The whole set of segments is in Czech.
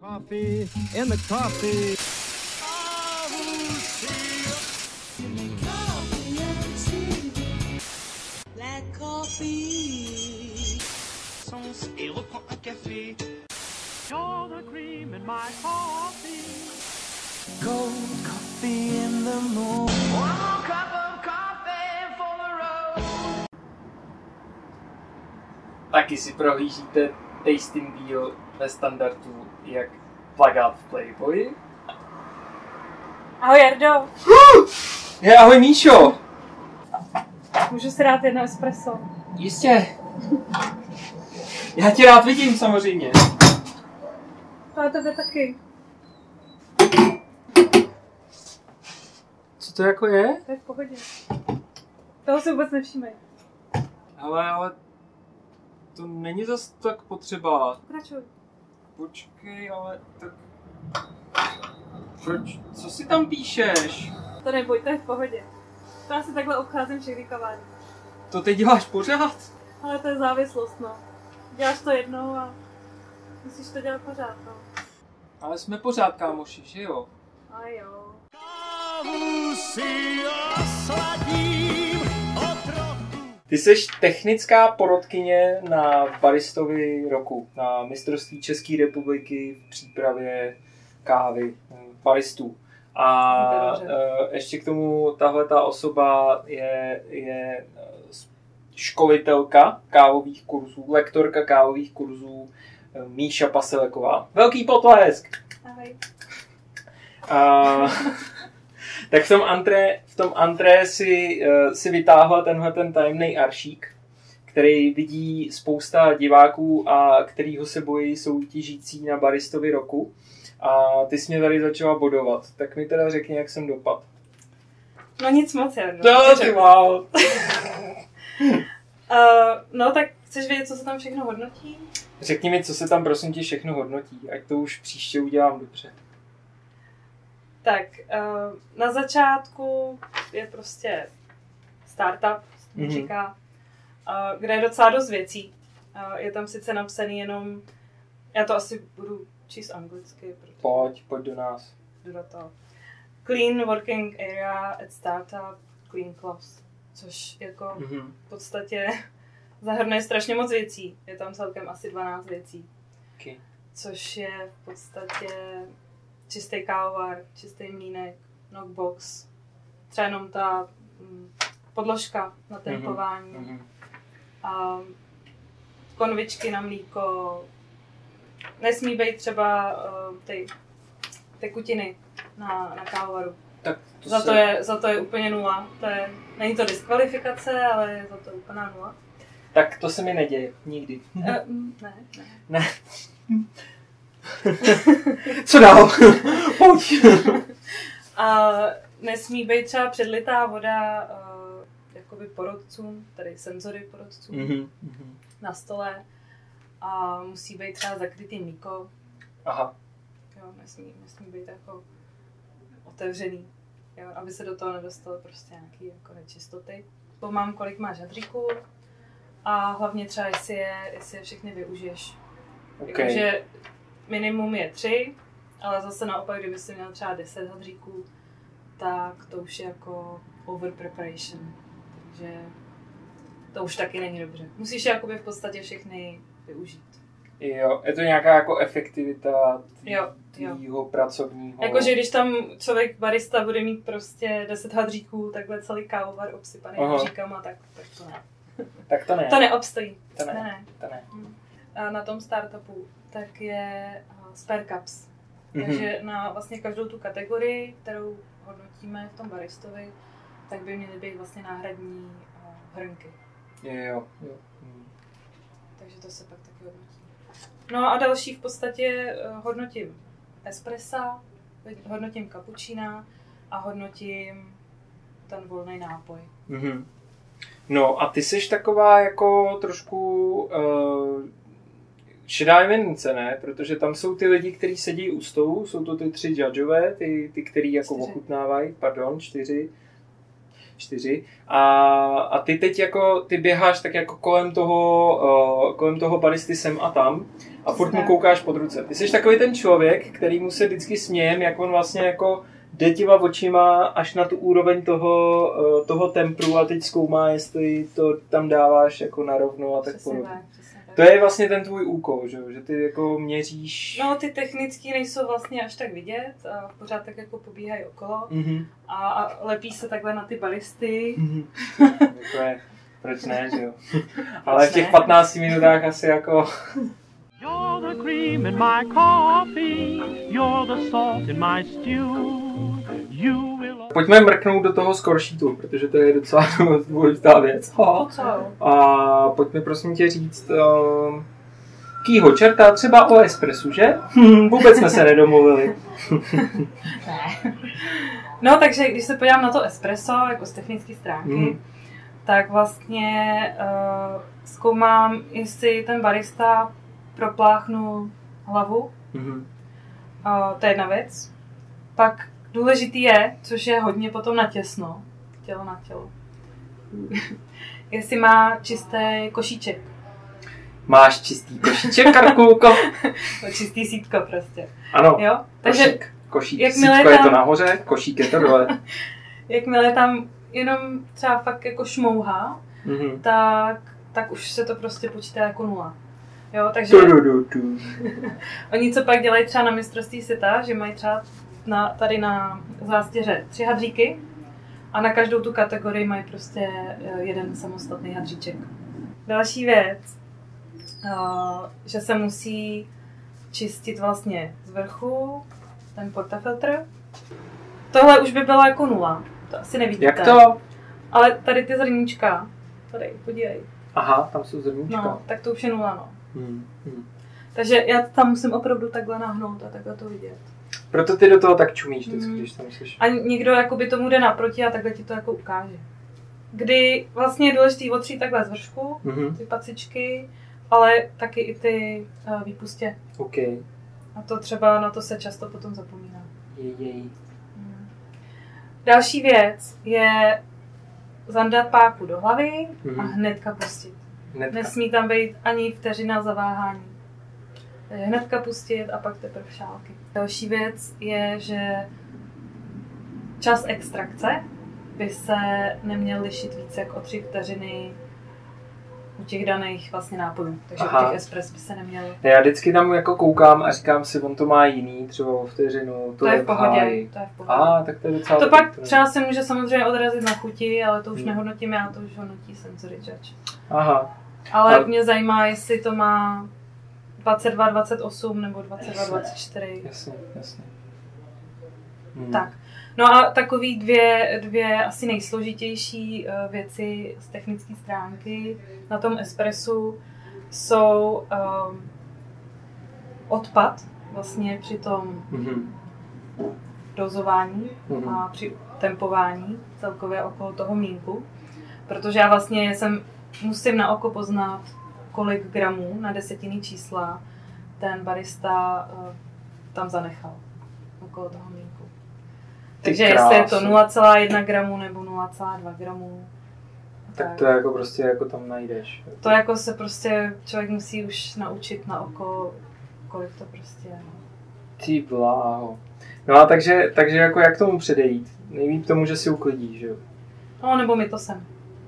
Coffee in the coffee. Black coffee. Et reprends un café. You're the cream in my coffee. Cold coffee in the morning. One more cup of coffee for the road. Taky si prohlížíte tasting deal ve standardu jak plagát v Playboyi. Ahoj Jardo, Ahoj Míšo! můžu si dát jedno espresso? Jistě. Já tě rád vidím samozřejmě. To a tebe taky. Co to jako je? To je v pohodě. Toho si vůbec nevšímej. Ale to není zas tak potřeba. Pokračuj. Počkej, ale tak... Proč? Co si tam píšeš? To neboj, to je v pohodě. To já si takhle obcházím všechny kavárny. To ty děláš pořád? Ale to je závislost, no. Děláš to jednou a musíš to dělat pořád, no. Ale jsme pořád kámoši, že jo? A jo. Kávu si osladím o trochu. Ty jsi technická porodkyně na baristovi roku, na mistrovství České republiky v přípravě kávy baristů. A ještě k tomu tahle ta osoba je školitelka kávových kurzů, lektorka kávových kurzů Míša Paseleková. Velký potlesk! Ahoj. Tak v tom antré si vytáhla tenhle ten tajemný aršík, který vidí spousta diváků a kterýho se bojí soutěžící na baristovi roku. A ty jsi mě tady začala bodovat, tak mi teda řekni, jak jsem dopadl. No nic moc, Jardo. Wow. No tak chceš vědět, co se tam všechno hodnotí? Řekni mi, co se tam prosím tě všechno hodnotí, ať to už příště udělám dobře. Tak, na začátku je prostě startup, se říká, kde je docela dost věcí. Je tam sice napsaný jenom, já to asi budu číst anglicky, protože Pojď do nás. jdu do toho. Clean working area at startup, clean clothes, což jako v podstatě zahrnuje strašně moc věcí. Je tam celkem asi 12 věcí, Okay. což je v podstatě čistý kávovar, čistý mlýnek, knockbox, třeba jenom ta podložka na tempování, a konvičky na mlíko, nesmí být třeba ty tekutiny na kávovaru. Tak Za to je úplně nula. Není to diskvalifikace, ale je za to úplná nula. Tak to se mi neděje, nikdy. Ne. Co dál? Pojď. A nesmí být třeba předlitá voda jakoby porodcům, tady senzory porodcům na stole. A musí být třeba zakrytý mlíko. Aha. Jo, nesmí být jako otevřený, jo, aby se do toho nedostaly prostě nějaký jako nečistoty. Mám, kolik máš žadříků a hlavně třeba, jestli je všechny využiješ. Okay. Jakože minimum je 3, ale zase naopak, kdyby jsi měl třeba 10 hadříků, tak to už je jako over preparation. Takže to už taky není dobře. Musíš jakoby v podstatě všechny využít. Jo, je to nějaká jako efektivita tvýho pracovního... Jakože když tam člověk barista bude mít prostě 10 hadříků, takhle celý kávovar obsypaný hadříkama, tak to ne. Tak to ne. To neobstojí. To ne. A na tom startupu tak je spare cups. Takže na vlastně každou tu kategorii, kterou hodnotíme v tom baristovi, tak by měly být vlastně náhradní hrnky. Jo. Takže to se pak taky hodnotí. No a další v podstatě hodnotím espressa, hodnotím cappuccina a hodnotím ten volný nápoj. No a ty jsi taková jako trošku šedá jemenice, ne? Protože tam jsou ty lidi, kteří sedí u stolu, jsou to ty 3 judgeové, ty který jako ochutnávají, 4. A ty teď jako, ty běháš tak jako kolem toho baristy sem a tam a furt mu koukáš pod ruce. Ty jsi takový ten člověk, který mu se vždycky smějem, jak on vlastně jako jde těma očima až na tu úroveň toho tempru a teď zkoumá, jestli to tam dáváš jako narovno a tak podobně. To je vlastně ten tvůj úkol, že ty jako měříš... No, ty technický nejsou vlastně až tak vidět, a pořád tak jako pobíhají okolo a lepí se takhle na ty balisty. Jako je, proč ne, že jo? Ale v těch 15 minutách asi jako... You're the cream in my coffee, you're the salt in my stew. You will... Pojďme mrknout do toho scoresheetu, protože to je docela důležitá věc. A pojďme prosím tě říct, kýho čerta třeba o espressu, že? Vůbec jsme se nedomluvili. Ne. No, takže když se podívám na to espresso, jako z technické stránky, tak vlastně zkoumám, jestli ten barista propláchnul hlavu. To je jedna věc. Pak důležitý je, což je hodně potom na těsno, tělo na tělo, jestli má čistý košíček. Máš čistý košíček, Karkulko? Čistý sítko prostě. Ano, jo? Takže košík. Sítko je to nahoře, košík je to dole. Jakmile tam jenom třeba fakt jako šmouhá, tak už se to prostě počítá jako 0. Jo, takže oni co pak dělají třeba na mistrovství světa, že mají třeba tady na zástěře 3 hadříky a na každou tu kategorii mají prostě jeden samostatný hadříček. Další věc, že se musí čistit vlastně z vrchu ten portafiltr. Tohle už by bylo jako 0, to asi nevidíte. Jak to? Ale tady ty zrníčka, tady, podívej. Aha, tam jsou zrníčka. No, tak to už je 0, no. Takže já tam musím opravdu takhle nahnout a takhle to vidět. Proto ty do toho tak čumíš vždycky, když tam slyšíš. A někdo jakoby tomu jde naproti a takhle ti to jako ukáže. Kdy vlastně je důležitý otřít takhle z vršku, ty pacičky, ale taky i ty výpustě. Okay. A to třeba na to se často potom zapomíná. Jej. Další věc je zandat páku do hlavy a hnedka pustit. Nesmí tam být ani vteřina zaváhání. Takže hnedka pustit a pak teprve šálky. Další věc je, že čas extrakce by se neměl lišit více jak o 3 vteřiny u těch daných vlastně nápojů. Takže u těch espres by se neměl... Já vždycky tam jako koukám a říkám si, on to má jiný, třeba o vteřinu. To je v pohodě. Tak to je docela... To pak třeba se může samozřejmě odrazit na chuti, ale to už nehodnotím já, to už hodnotí sensory judge. Aha. Ale mě zajímá, jestli to má 22, 28 nebo 22, 24. Jasně. Tak. No a takový dvě asi nejsložitější věci z technické stránky na tom espressu jsou odpad vlastně při tom dozování a při tempování celkově okolo toho mlýnku. Protože já vlastně musím na oko poznat, kolik gramů na desetinný čísla ten barista tam zanechal okolo toho mlýnku. Takže jestli je to 0,1 gramu nebo 0,2 gramu. Tak to jako prostě jako tam najdeš. To jako se prostě člověk musí už naučit na oko, kolik to prostě je. Ty bláho. No a takže jako jak tomu předejít? Nejlíp tomu, že si uklidíš, že jo? No nebo my to sem.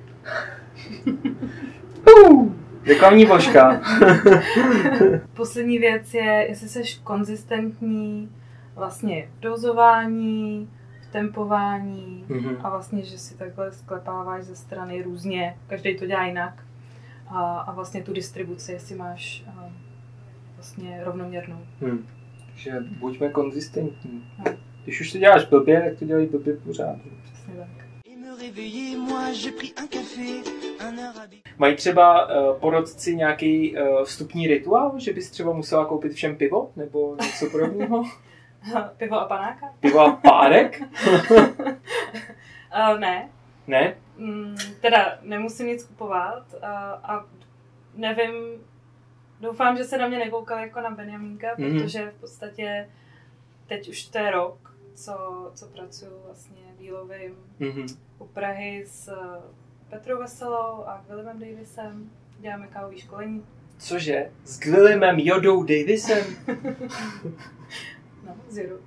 Reklamní vložka. Poslední věc je, jestli jsi konzistentní vlastně v dozování, v tempování a vlastně, že si takhle sklepáváš ze strany různě, každý to dělá jinak a vlastně tu distribuci, jestli máš vlastně rovnoměrnou. Takže buďme konzistentní. No. Když už to děláš blbě, tak to dělej blbě pořád. Přesně tak. Mají třeba porodci nějaký vstupní rituál, že bys třeba musela koupit všem pivo nebo něco podobného? Pivo a panáka? Pivo a párek? Ne. Ne? Teda nemusím nic kupovat a nevím, doufám, že se na mě nekoukali jako na Benjamínka, protože v podstatě teď už to je rok, co pracuji vlastně v Jílovým u Prahy s Petrou Veselou a Willemem Davisem. Děláme kávové školení. Cože? S Gwilymem Jodou Davisem? No, z Jodu.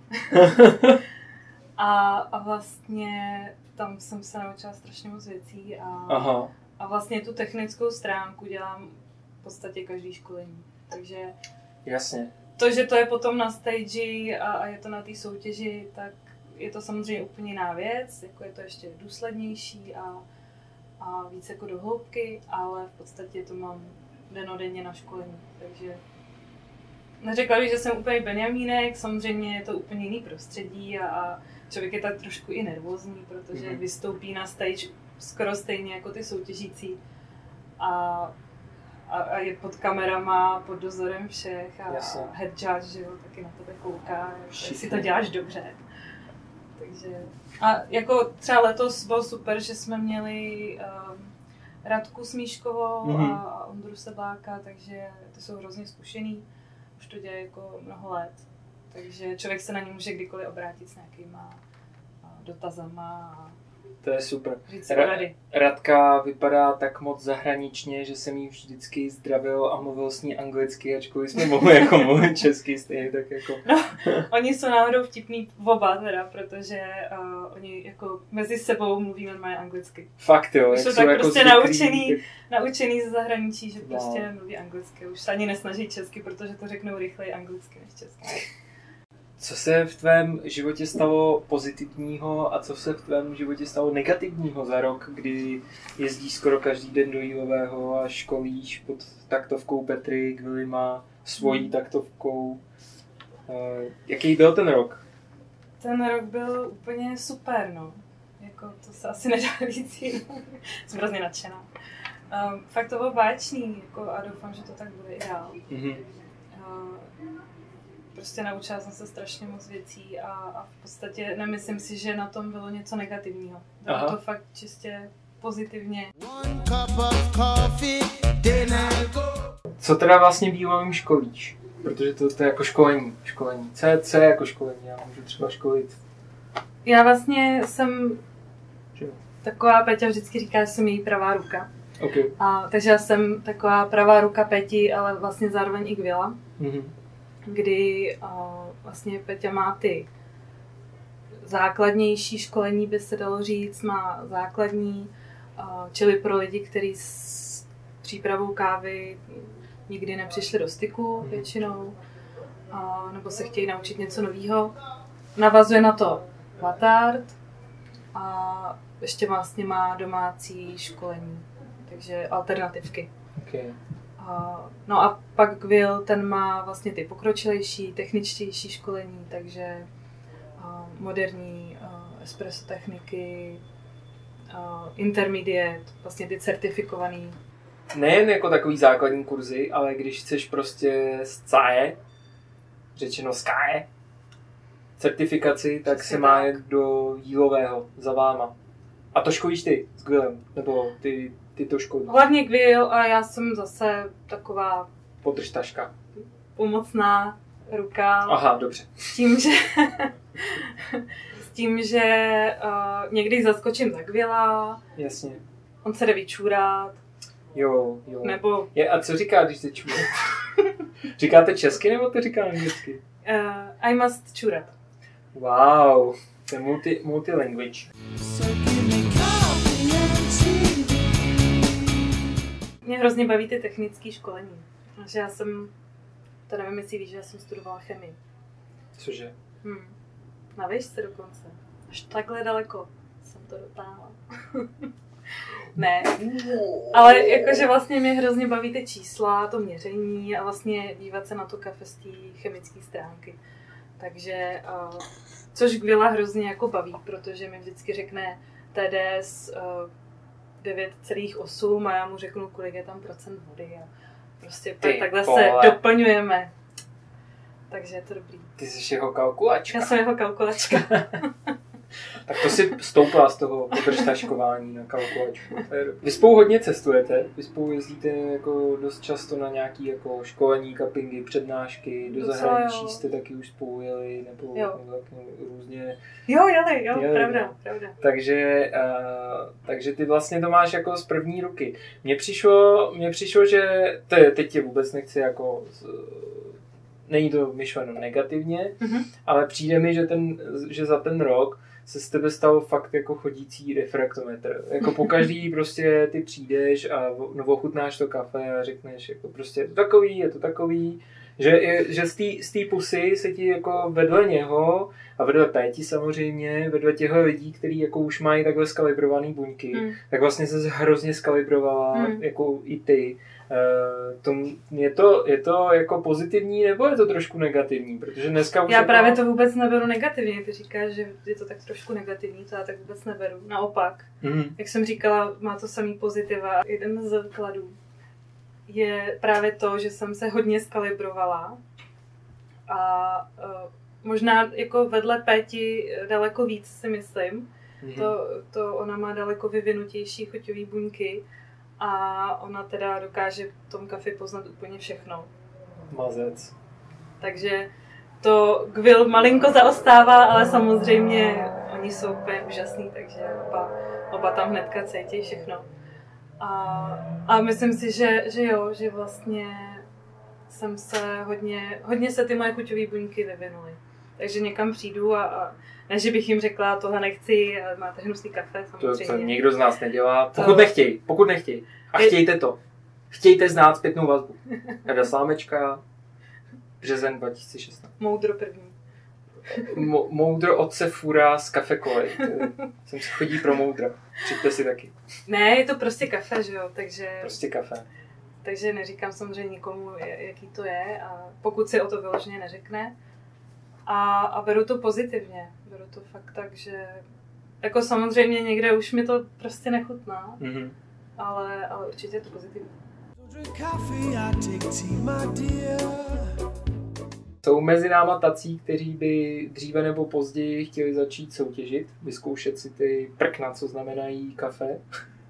A vlastně tam jsem se naučila strašně moc věcí Aha. a vlastně tu technickou stránku dělám v podstatě každý školení. Takže Jasně. to, že to je potom na stage a je to na té soutěži, tak je to samozřejmě úplně jiná věc, jako je to ještě důslednější a víc jako do hloubky, ale v podstatě to mám dennodenně na školení, takže neřekla bych, že jsem úplně Benjamínek, samozřejmě je to úplně jiný prostředí a člověk je tak trošku i nervózní, protože vystoupí na stage skoro stejně jako ty soutěžící a je pod kamerama, pod dozorem všech a head judge, že jo, taky na tebe kouká, jestli to děláš dobře. Takže a jako třeba letos bylo super, že jsme měli Radku Smíškovou a Ondru Sedláka, takže ty jsou hrozně zkušený, už to dělají jako mnoho let, takže člověk se na ně může kdykoliv obrátit s nějakýma dotazama a to je super. říct si rady. Radka vypadá tak moc zahraničně, že jsem jí vždycky zdravil a mluvil s ní anglicky, ačkoliv jsme mohli jako mluvit česky stejně, tak jako... No, oni jsou náhodou vtipný oba teda, protože oni jako mezi sebou mluví normálně anglicky. Fakt jo, už jsou tak jako prostě naučený ze zahraničí, že prostě mluví anglicky. Už se ani nesnaží česky, protože to řeknou rychleji anglicky než česky. Co se v tvém životě stalo pozitivního a co se v tvém životě stalo negativního za rok, kdy jezdíš skoro každý den do Jílového a školíš pod taktovkou Petry, Gwilima, svojí taktovkou. Jaký byl ten rok? Ten rok byl úplně super, no. Jako, to se asi nedá říct. Jsem hrozně nadšená. Fakt to bylo báječný jako, a doufám, že to tak bude i dál. Prostě naučila jsem se strašně moc věcí a v podstatě nemyslím si, že na tom bylo něco negativního. Bylo to fakt čistě pozitivně. Co teda vlastně bývalým školíš? Protože to je jako školení. Co je jako školení? Já můžu třeba školit. Já vlastně jsem taková, Peťa vždycky říká, že jsem její pravá ruka. Okay. Takže já jsem taková pravá ruka Peti, ale vlastně zároveň i Gwila. Kdy vlastně Peťa má ty základnější školení, by se dalo říct, má základní, čili pro lidi, kteří s přípravou kávy nikdy nepřišli do styku většinou, nebo se chtějí naučit něco nového. Navazuje na to Latard a ještě vlastně má domácí školení, takže alternativky. Okay. No a pak Gwil, ten má vlastně ty pokročilejší, techničtější školení, takže moderní espresso techniky, intermediate, vlastně ty certifikovaný. Nejen jako takový základní kurzy, ale když chceš prostě z CAE, řečeno z KAE, certifikaci, tak se má jet do Jílového za váma. A to školíš ty s Gwilem, nebo ty to školíš? Hlavně Gwil a já jsem zase taková podržtaška. Pomocná ruka. Aha, dobře. S tím, že někdy zaskočím za Gwila. Jasně. On se jde vyčůrat. Jo. Nebo... A co říká, když se čůrá? Říkáte česky, nebo to říká anglicky? I must čůrat. Wow, to je multilanguage. Mě hrozně baví ty technické školení. Že já jsem, to nevím, jestli víš, že já jsem studovala chemii. Cože? Na výšce dokonce. Až takhle daleko jsem to dotáhla. Ne, ale jakože vlastně mě hrozně baví ty čísla, to měření a vlastně dívat se na to kafe z té chemické stránky. Takže, což Gwila hrozně jako baví, protože mi vždycky řekne TDS 9,8 a já mu řeknu, kolik je tam procent vody a prostě takhle se doplňujeme. Takže je to dobrý. Ty jsi jeho kalkulačka. Já jsem jeho kalkulačka. Tak to si stoupla z toho podržtaškování na kalkulačku. Vy spolu hodně cestujete, vy spolu jezdíte jako dost často na nějaký jako školení, cuppingy, přednášky, do zahraničí jste taky už spolu jeli, nebo taky různě. Jeli, pravda, no. pravda. Takže ty vlastně to máš jako z první ruky. Mně přišlo, že teď tě vůbec nechci jako není to myšleno negativně, ale přijde mi, že za ten rok se z tebe stal fakt jako chodící refraktometr. Jako pokaždý prostě ty přijdeš a ochutnáš to kafe a řekneš jako prostě je to takový, že z té pusy se ti jako vedle něho a vedle Péti samozřejmě, vedle těchto lidí, kteří jako už mají takhle skalibrované buňky, tak vlastně se hrozně skalibrovala jako i ty. Je to jako pozitivní, nebo je to trošku negativní? Protože dneska už já právě to vůbec neberu negativně. Ty říkáš, že je to tak trošku negativní, to já tak vůbec neberu. Naopak, jak jsem říkala, má to samý pozitiva. Jeden z základů je právě to, že jsem se hodně skalibrovala a možná jako vedle Péti daleko víc si myslím. To ona má daleko vyvinutější chuťové buňky a ona teda dokáže v tom kafi poznat úplně všechno. Mazec. Takže to Gwill malinko zaostává, ale samozřejmě oni jsou úplně úžasný, takže oba tam hnedka cítí všechno. A myslím si, že vlastně jsem se hodně se ty moje chuťové buňky vyvinuly. Takže někam přijdu a ne, že bych jim řekla, tohle nechci, máte hnusný kafe, samozřejmě. To nikdo z nás nedělá, pokud nechtějí. A chtějte to. Chtějte znát zpětnou vazbu. Jada Slámečka, březen 2016. Moudro první. Moudro otce Fura z Kafe Kolej. Jsem si chodí pro moudra. Přijďte si taky. Ne, je to prostě kafe, že jo, takže... Prostě kafe. Takže neříkám samozřejmě nikomu, jaký to je, a pokud si o to vyloženě neřekne. A beru to pozitivně. Beru to fakt tak, že... Jako samozřejmě někde už mi to prostě nechutná, ale určitě je to pozitivní. Jsou mezi náma tací, kteří by dříve nebo později chtěli začít soutěžit, vyzkoušet si ty prkna, co znamenají kafe.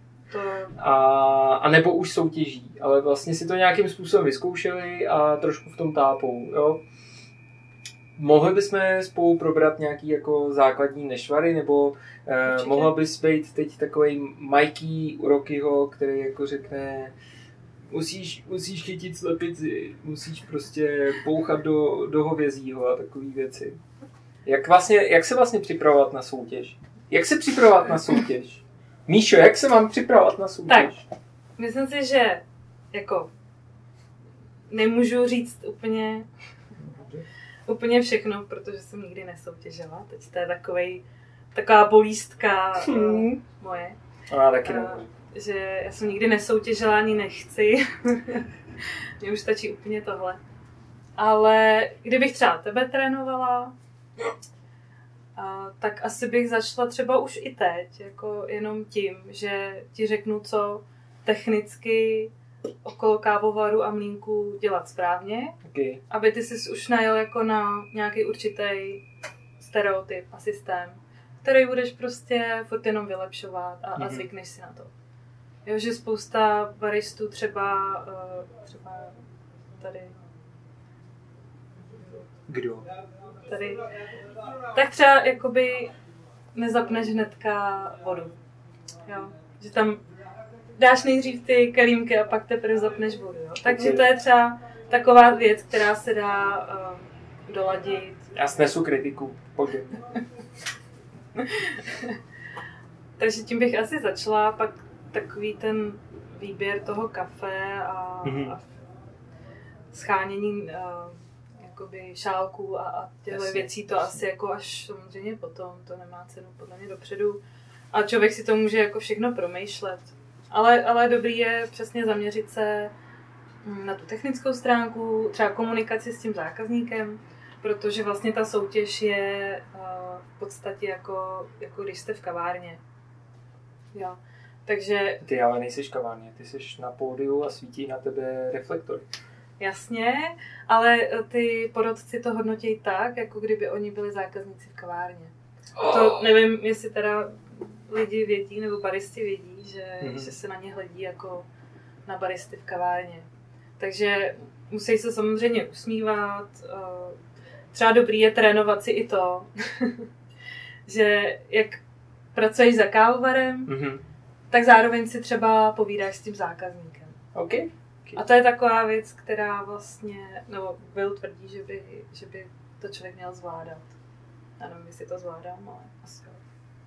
A nebo už soutěží, ale vlastně si to nějakým způsobem vyzkoušeli a trošku v tom tápou. Jo? Mohli bychom spolu probrat nějaký jako základní nešvary, nebo mohla bys být teď takovej Mikey u Rockyho, který jako řekne musíš chytit slepici, musíš prostě bouchat do hovězího a takové věci. Jak se vlastně připravovat na soutěž? Jak se připravovat na soutěž? Míšo, jak se mám připravovat na soutěž? Tak, myslím si, že jako nemůžu říct úplně všechno, protože jsem nikdy nesoutěžila. Teď to je taková bolístka moje. A taky nemůžu. Že já jsem nikdy nesoutěžila, ani nechci. Mně už stačí úplně tohle. Ale kdybych třeba tebe trénovala, tak asi bych začala třeba už i teď, jako jenom tím, že ti řeknu, co technicky okolo kávovaru a mlýnku dělat správně, aby ty jsi už najel jako na nějaký určitý stereotyp a systém, který budeš prostě furt jenom vylepšovat a zvykneš si na to. Jo, že spousta baristů třeba tady... Kdo? Tady. Tak třeba jakoby nezapneš hnedka vodu. Jo, že tam dáš nejdřív ty kelímky a pak teprve zapneš vodu. Jo? Takže to je třeba taková věc, která se dá doladit. Já snesu kritiku, pojď. Takže tím bych asi začala, pak takový ten výběr toho kafe a schánění jakoby šálků a těchto věcí, to asi jako až samozřejmě potom, to nemá cenu podle mě dopředu. A člověk si to může jako všechno promýšlet. Ale dobrý je přesně zaměřit se na tu technickou stránku, třeba komunikaci s tím zákazníkem, protože vlastně ta soutěž je v podstatě jako když jste v kavárně. Jo. Takže... Ty ale nejsi v kavárně, ty jsi na pódiu a svítí na tebe reflektory. Jasně, ale ty porotci to hodnotí tak, jako kdyby oni byli zákazníci v kavárně. To nevím, jestli teda lidi vědí, nebo baristi vědí, že se na ně hledí jako na baristy v kavárně. Takže musí se samozřejmě usmívat. Třeba dobrý je trénovat si i to, že jak pracuješ za kávovarem, tak zároveň si třeba povídáš s tím zákazníkem. Okay. A to je taková věc, která vlastně, nebo Will tvrdí, že by to člověk měl zvládat. Já nevím, jestli to zvládám, ale asi jo.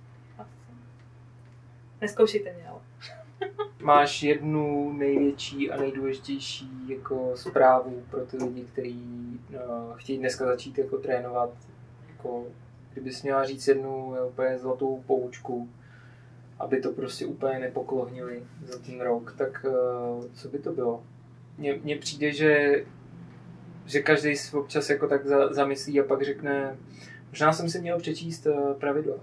Neskoušejte mě, ale. Máš jednu největší a nejdůležitější jako zprávu pro ty lidi, kteří chtějí dneska začít jako trénovat. Jako, kdybys měla říct jednu úplně zlatou poučku, aby to prostě úplně nepoklohnili za ten rok, tak co by to bylo? Mně přijde, že každý si občas jako tak zamyslí a pak řekne, možná jsem si měl přečíst pravidla.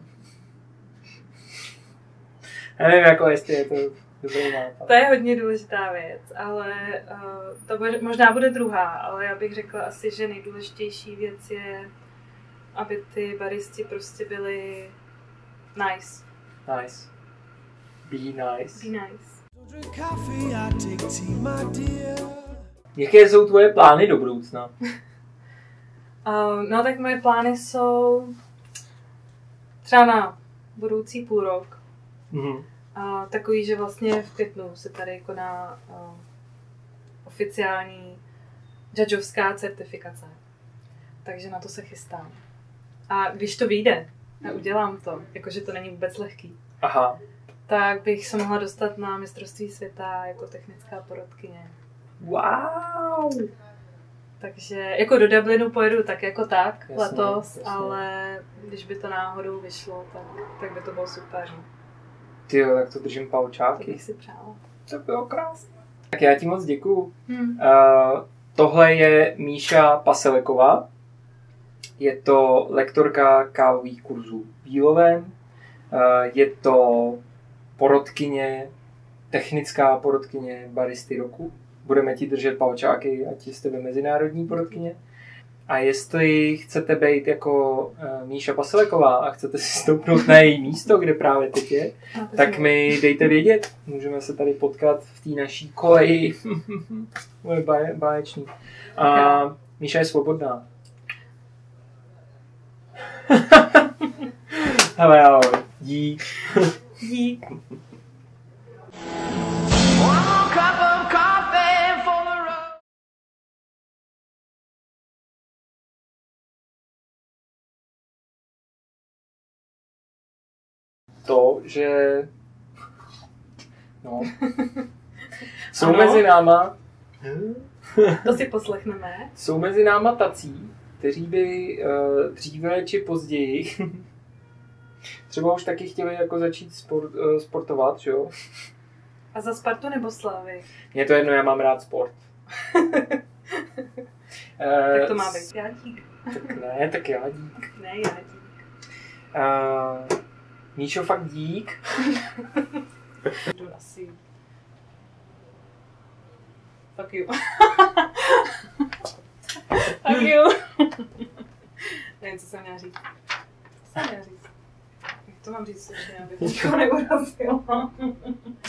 Nevím, jako jestli je to dobrý nápad. To je hodně důležitá věc, ale to možná bude druhá, ale já bych řekla asi, že nejdůležitější věc je, aby ty baristi prostě byli nice. Nice. Be nice. Be nice. Jaké jsou tvoje plány do budoucna? No tak moje plány jsou třeba na budoucí půl rok. Takový, že vlastně v květnu se tady koná oficiální judgeovská certifikace. Takže na to se chystám. A když to vyjde, a udělám to, jakože to není vůbec lehký, Aha. tak bych se mohla dostat na mistrovství světa jako technická porotkyně. Wow! Takže jako do Dublinu pojedu tak jako tak jasně, letos, jasně. Ale když by to náhodou vyšlo, tak by to bylo super. Tyjo, tak to držím To palčáky. bych si přála. To bylo krásné. Tak já ti moc děkuju. Tohle je Míša Paseleková. Je to lektorka kávových kurzů v Bílovém. Je to porotkyně, technická porotkyně baristy roku. Budeme ti držet palčáky, ať jste ve mezinárodní porotkyně. A jestli chcete být jako Míša Paseleková a chcete si stoupnout na její místo, kde právě teď je, tak mi dejte vědět. Můžeme se tady potkat v té naší koleji. Bude báječný. A Míša je svobodná. Hele, ahoj. Dík. Dík. One more cup of coffee for the road. To, že... No. Jsou Ano. mezi náma... To si poslechneme. Jsou mezi náma tací, kteří by dříve či později třeba už taky chtěli jako začít sportovat, že jo? A za Spartu nebo Slavy? Mně to jedno, já mám rád sport. Tak to má být Jádík. Tak ne, tak já dík. Ne, Jádík. Míšo, fakt dík. Jdu asi. Fuck you. Fuck you. Nevím, co jsem měla říct. Co jsem měla říct? Jak to mám říct, aby to neurazilo?